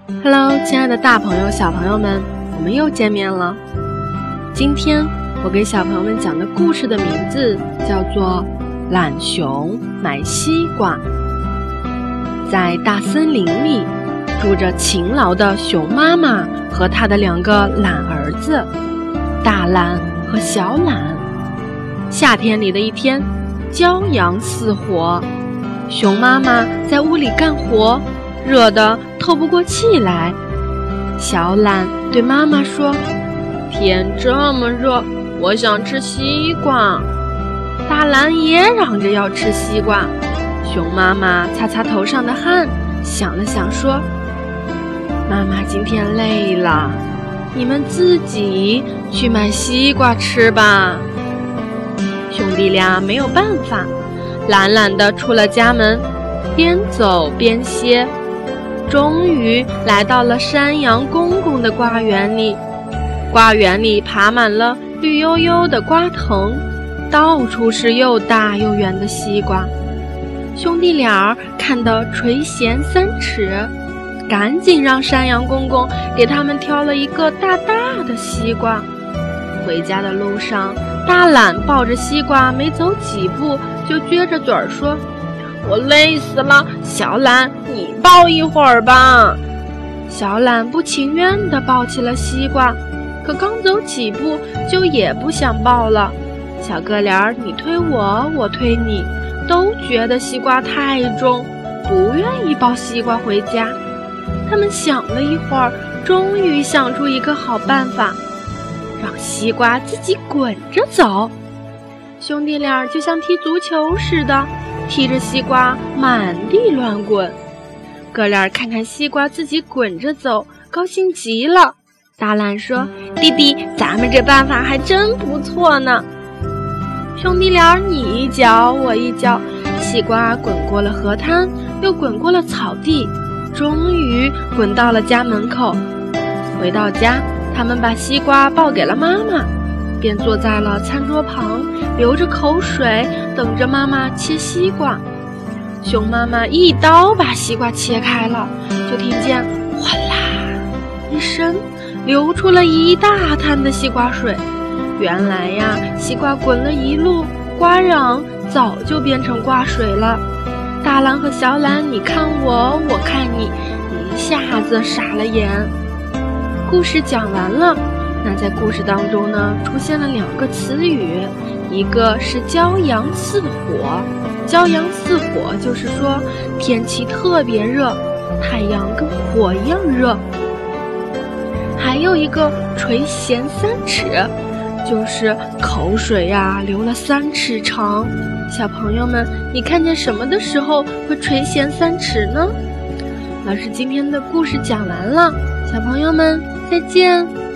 Hello， 亲爱的大朋友、小朋友们，我们又见面了。今天我给小朋友们讲的故事的名字叫做《懒熊买西瓜》。在大森林里，住着勤劳的熊妈妈和她的2个懒儿子，大懒和小懒。夏天里的一天，骄阳似火，熊妈妈在屋里干活，热得透不过气来。小懒对妈妈说：“天这么热，我想吃西瓜。”大懒也嚷着要吃西瓜。熊妈妈擦擦头上的汗，想了想说：“妈妈今天累了，你们自己去买西瓜吃吧。”兄弟俩没有办法，懒懒地出了家门，边走边歇，终于来到了山羊公公的瓜园里。瓜园里爬满了绿油油的瓜藤，到处是又大又圆的西瓜。兄弟俩看得垂涎3尺，赶紧让山羊公公给他们挑了一个大大的西瓜。回家的路上，大懒抱着西瓜没走几步，就撅着嘴儿说：“我累死了，小懒，你抱一会儿吧。”小懒不情愿地抱起了西瓜，可刚走几步就也不想抱了。小个俩你推我，我推你，都觉得西瓜太重，不愿意抱西瓜回家。他们想了一会儿，终于想出一个好办法，让西瓜自己滚着走。兄弟俩就像踢足球似的，踢着西瓜满地乱滚。哥俩看看西瓜自己滚着走，高兴极了。大懒说：“弟弟，咱们这办法还真不错呢。”兄弟俩你一脚我一脚，西瓜滚过了河滩，又滚过了草地，终于滚到了家门口。回到家，他们把西瓜抱给了妈妈，便坐在了餐桌旁，流着口水等着妈妈切西瓜。熊妈妈一刀把西瓜切开了，就听见哗啦一声，流出了一大滩的西瓜水。原来呀，西瓜滚了一路，瓜瓤早就变成瓜水了。大懒和小懒你看我，我看你，一下子傻了眼。故事讲完了，那在故事当中呢，出现了2个词语，一个是骄阳似火。骄阳似火就是说天气特别热，太阳跟火一样热。还有一个垂涎3尺，就是口水呀流了3尺长。小朋友们，你看见什么的时候会垂涎3尺呢？老师今天的故事讲完了，小朋友们再见。